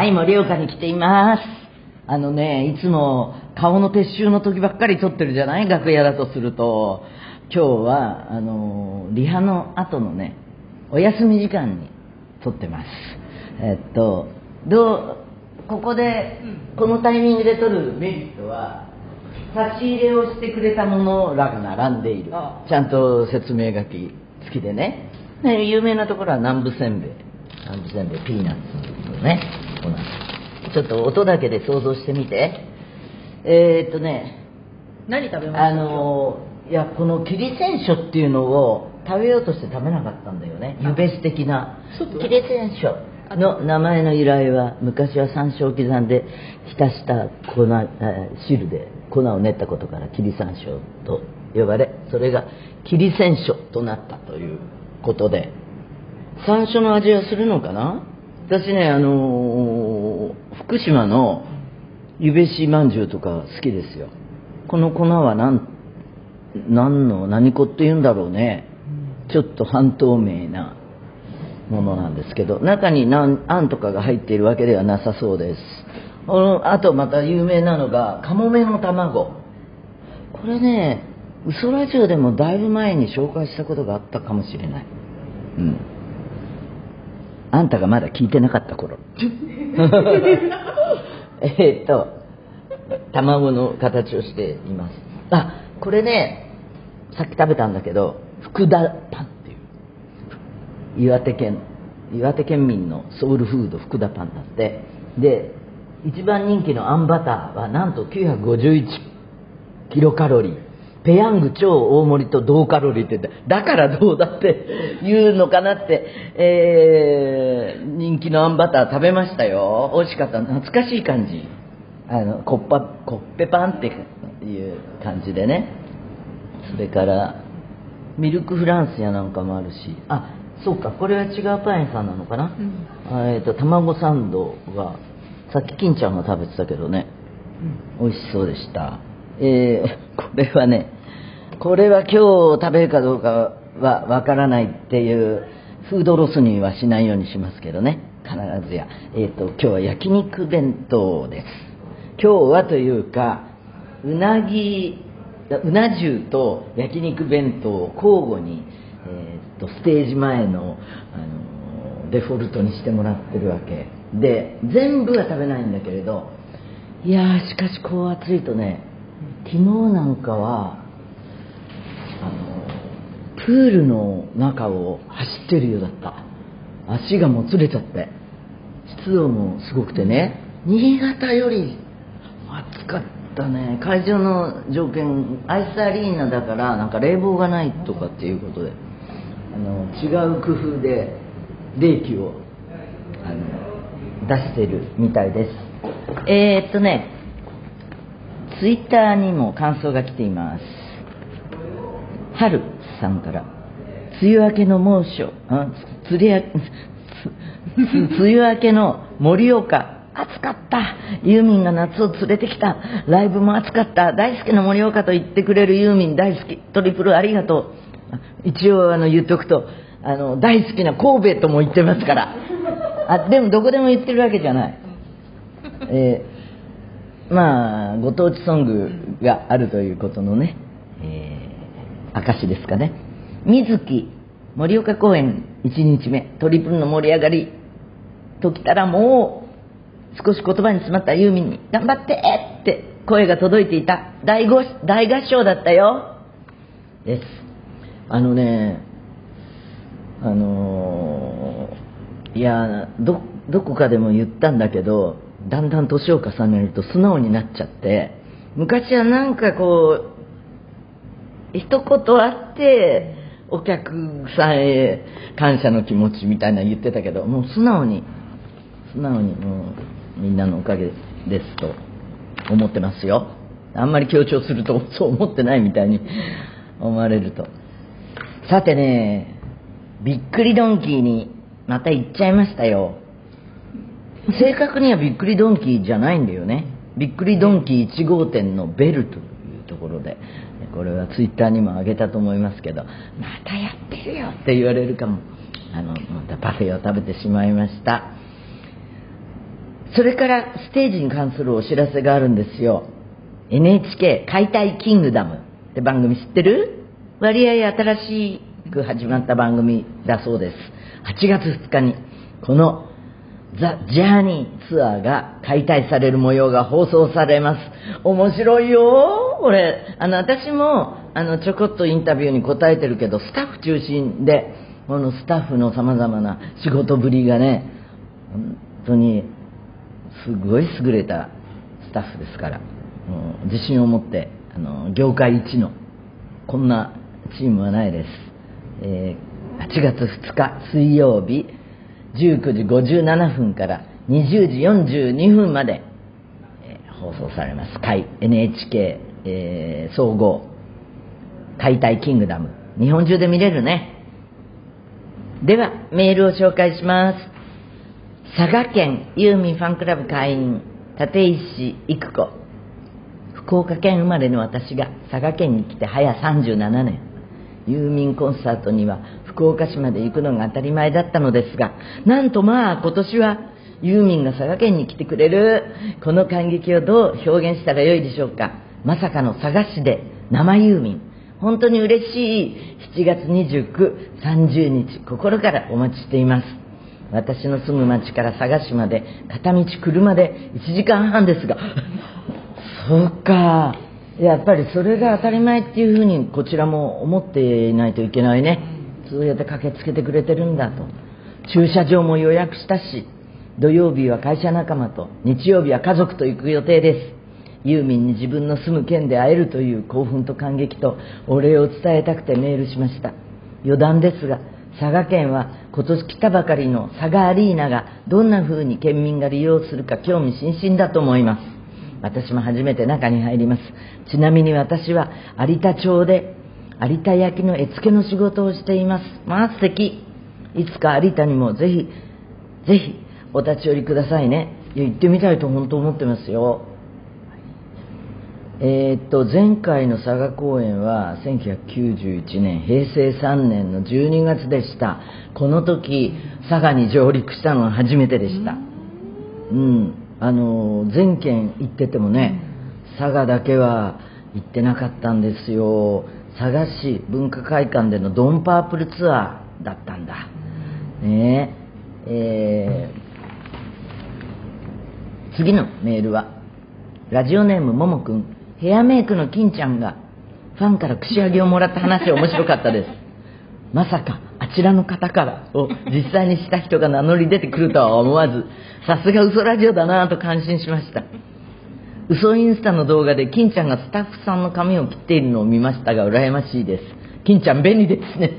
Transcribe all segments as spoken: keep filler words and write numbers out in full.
はい、盛岡に来ています。あのね、いつも顔の撤収の時ばっかり撮ってるじゃない、楽屋だとすると。今日はあのリハの後のね、お休み時間に撮ってます。えっとどうここでこのタイミングで撮るメリットは、差し入れをしてくれたものらが並んでいる。ちゃんと説明書き付きでね。ね、有名なところは南部せんべい、南部せんべいピーナッツのね、このちょっと音だけで想像してみて。えー、っとね何食べました？ あのいや、この霧泉書っていうのを食べようとして食べなかったんだよね。ゆべし的な霧泉書の名前の由来は、昔は山椒を刻んで浸した粉、汁で粉を練ったことから霧山椒と呼ばれ、それが霧泉書となったということで、山椒の味はするのかな。私ね、あのー、福島のゆべしまんじゅうとか好きですよ。この粉は何何の何粉っていうんだろうね。ちょっと半透明なものなんですけど、中に何あんとかが入っているわけではなさそうです。あとまた有名なのがカモメの卵。これね、嘘ラジオでもだいぶ前に紹介したことがあったかもしれない。うん。あんたがまだ聞いてなかった頃。えっと卵の形をしています。あ、これね、さっき食べたんだけど、福田パンっていう岩手県岩手県民のソウルフード、福田パンだって。で、一番人気のあんバターはなんときゅうひゃくごじゅういちキロカロリー、ペヤング超大盛りと同カロリーって言って、だからどうだって言うのかなって、えー、人気のあんバター食べましたよ。美味しかった。懐かしい感じ。あのコッパコッペパンっていう感じでね。それからミルクフランスやなんかもあるし、あ、そうか、これは違うパン屋さんなのかな、うん、えーと卵サンドはさっき金ちゃんが食べてたけどね、うん、美味しそうでした。えー、これはね、これは今日食べるかどうかはわからないっていうフードロスにはしないようにしますけどね、必ずや。えーと今日は焼肉弁当です。今日はというか、うなぎうな重と焼肉弁当を交互に、えー、とステージ前の、あのー、デフォルトにしてもらってるわけで、全部は食べないんだけれど、いやー、しかしこう暑いとね、昨日なんかはあのー、プールの中を走ってるようだった。足がもつれちゃって、湿度もすごくてね、新潟より暑かった。だね、会場の条件アイスアリーナだからなんか冷房がないとかっていうことで、あの違う工夫で冷気をあの出してるみたいです。えー、っとねツイッターにも感想が来ています。春さんから、梅雨明けの猛暑、あつりや梅雨明けの盛岡暑かった。ユーミンが夏を連れてきた。ライブも暑かった。大好きな盛岡と言ってくれるユーミン大好き。トリプルありがとう。一応あの言っておくと、あの大好きな神戸とも言ってますから。あ、でもどこでも言ってるわけじゃない。えー、まあご当地ソングがあるということのね、えー、証ですかね。水木盛岡公演いちにちめ、トリプルの盛り上がりときたら、もう少し言葉に詰まったユーミンに頑張ってって声が届いていた。 大, 大合唱だったよです。あのね、あのー、いや ど, どこかでも言ったんだけど、だんだん年を重ねると素直になっちゃって、昔はなんかこう一言あってお客さんへ感謝の気持ちみたいな言ってたけど、もう素直に素直にもうみんなのおかげですと思ってますよ。あんまり強調するとそう思ってないみたいに思われると。さてね、びっくりドンキーにまた行っちゃいましたよ。正確にはびっくりドンキーじゃないんだよね。びっくりドンキーいち号店のベルというところで、これはツイッターにも上げたと思いますけど、またやってるよって言われるかも。あのまたパフェを食べてしまいました。 それからステージに関するお知らせがあるんですよ。 エヌエイチケー 解体キングダムって番組知ってる？割合新しく始まった番組だそうです。はちがつふつかにこのザ・ジャーニーツアーが解体される模様が放送されます。面白いよこれ。あの私もあのちょこっとインタビューに答えてるけど、スタッフ中心でこのスタッフのさまざまな仕事ぶりがね、本当にすごい優れたスタッフですから、もう自信を持ってあの業界一のこんなチームはないです。えー、はちがつふつか水曜日じゅうくじごじゅうななふんからにじゅうじよんじゅうにふんまで、えー、放送されます。解 エヌエイチケー、えー、総合解体キングダム、日本中で見れるね。ではメールを紹介します。佐賀県ユーミンファンクラブ会員立石育子。福岡県生まれの私が佐賀県に来て早さんじゅうななねん、ユーミンコンサートには福岡市まで行くのが当たり前だったのですが、なんとまあ今年はユーミンが佐賀県に来てくれる。この感激をどう表現したらよいでしょうか。まさかの佐賀市で生ユーミン、本当に嬉しい。しちがつにじゅうく、さんじゅうにち心からお待ちしています。私の住む町から佐賀市まで片道車でいちじかんはんですがそうか、やっぱりそれが当たり前っていうふうにこちらも思っていないといけないね。そうやって駆けつけてくれてるんだと。駐車場も予約したし、土曜日は会社仲間と、日曜日は家族と行く予定です。ユーミンに自分の住む県で会えるという興奮と感激とお礼を伝えたくてメールしました。余談ですが、佐賀県は今年来たばかりの佐賀アリーナがどんな風に県民が利用するか興味津々だと思います。私も初めて中に入ります。ちなみに私は有田町で有田焼の絵付けの仕事をしています。まあ素敵。いつか有田にもぜひぜひお立ち寄りくださいね。いや行ってみたいと本当思ってますよ。えー、っと前回の佐賀公演はせんきゅうひゃくきゅうじゅういちねんへいせいさんねんのじゅうにがつでした。この時佐賀に上陸したのは初めてでした。うん、あの全県行っててもね、佐賀だけは行ってなかったんですよ。佐賀市文化会館でのドンパープルツアーだったんだね。えー、次のメールはラジオネームももくん。ヘアメイクの金ちゃんがファンから串揚げをもらった話面白かったです。まさかあちらの方からを実際にした人が名乗り出てくるとは思わず、さすが嘘ラジオだなぁと感心しました。嘘インスタの動画で金ちゃんがスタッフさんの髪を切っているのを見ましたが羨ましいです。金ちゃん便利ですね。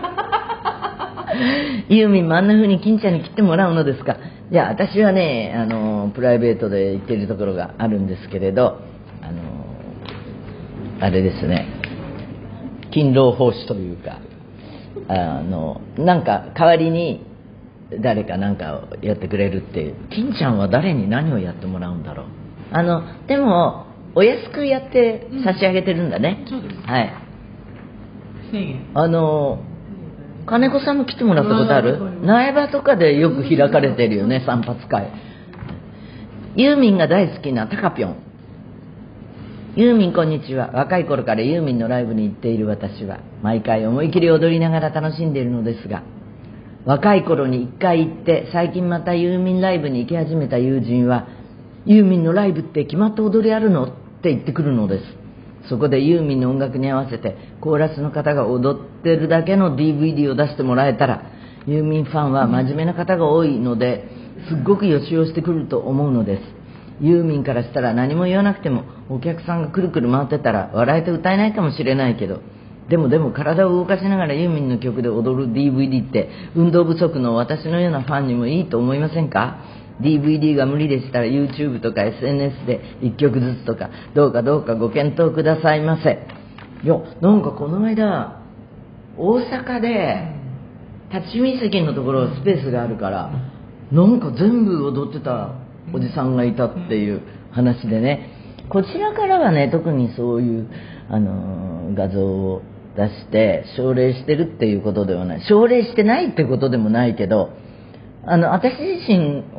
ユーミンもあんな風に金ちゃんに切ってもらうのですか。いや私はね、あのプライベートで行っているところがあるんですけれど、あのあれですね、勤労奉仕というか、あのなんか代わりに誰かなんかをやってくれるっていう。金ちゃんは誰に何をやってもらうんだろう。あのでもお安くやって差し上げてるんだね、うん、そうです。はい。あの金子さんも来てもらったことある？苗場とかでよく開かれてるよね、散髪会。ユーミンが大好きなタカピョン。ユーミンこんにちは。若い頃からユーミンのライブに行っている私は毎回思い切り踊りながら楽しんでいるのですが、若い頃に一回行って最近またユーミンライブに行き始めた友人は、ユーミンのライブって決まった踊りあるのって言ってくるのです。そこでユーミンの音楽に合わせてコーラスの方が踊ってるだけの ディーブイディー を出してもらえたら、ユーミンファンは真面目な方が多いのですっごくよしよしてくると思うのです。ユーミンからしたら何も言わなくてもお客さんがくるくる回ってたら笑えて歌えないかもしれないけど、でもでも体を動かしながらユーミンの曲で踊る ディーブイディー って運動不足の私のようなファンにもいいと思いませんか？ ディーブイディー が無理でしたら YouTube とか エスエヌエス でいっきょくずつとかどうかどうかご検討くださいませ。いやなんかこの間大阪で立ち見席のところスペースがあるからなんか全部踊ってたおじさんがいたっていう話でね、こちらからはね特にそういう、あのー、画像を出して奨励してるっていうことではない、奨励してないってことでもないけど、あの私自身は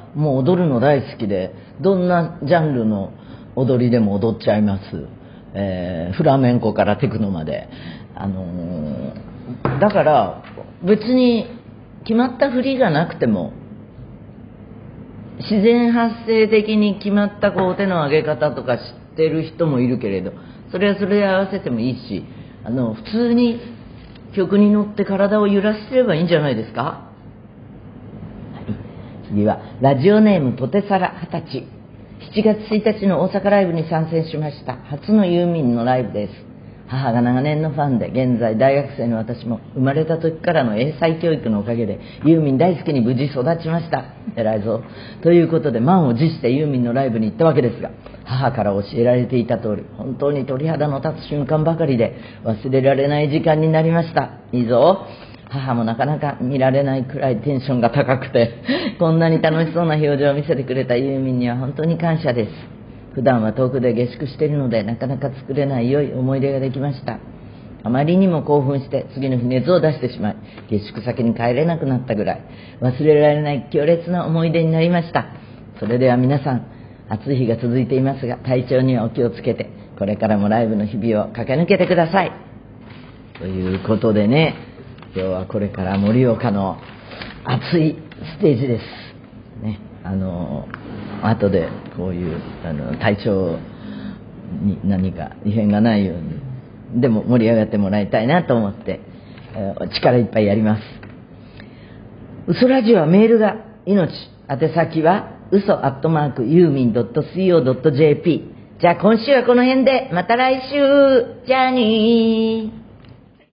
もう踊るの大好きで、どんなジャンルの踊りでも踊っちゃいます。えー、フラメンコからテクノまで。あのー、だから別に決まった振りがなくても、自然発生的に決まったこう手の上げ方とか知ってる人もいるけれど、それはそれで合わせてもいいし、あの普通に曲に乗って体を揺らしてればいいんじゃないですか。はい、次はラジオネームポテサラはたち。しちがつついたちの大阪ライブに参戦しました。初のユーミンのライブです。母が長年のファンで、現在大学生の私も生まれた時からの英才教育のおかげでユーミン大好きに無事育ちました。偉いぞ。ということで満を持してユーミンのライブに行ったわけですが、母から教えられていた通り、本当に鳥肌の立つ瞬間ばかりで忘れられない時間になりました。いいぞ。母もなかなか見られないくらいテンションが高くて、こんなに楽しそうな表情を見せてくれたユーミンには本当に感謝です。普段は遠くで下宿しているので、なかなか作れない良い思い出ができました。あまりにも興奮して次の日熱を出してしまい、下宿先に帰れなくなったぐらい忘れられない強烈な思い出になりました。それでは皆さん、暑い日が続いていますが、体調にはお気をつけて、これからもライブの日々を駆け抜けてください。ということでね、今日はこれから盛岡の熱いステージですね。あの後でこういうあの体調に何か異変がないようにでも盛り上がってもらいたいなと思って、えー、力いっぱいやります。嘘ラジオはメールが命。宛先は嘘アットマークユーミンドットシーオードットジェーピー。じゃあ今週はこの辺で、また来週。じゃあにー。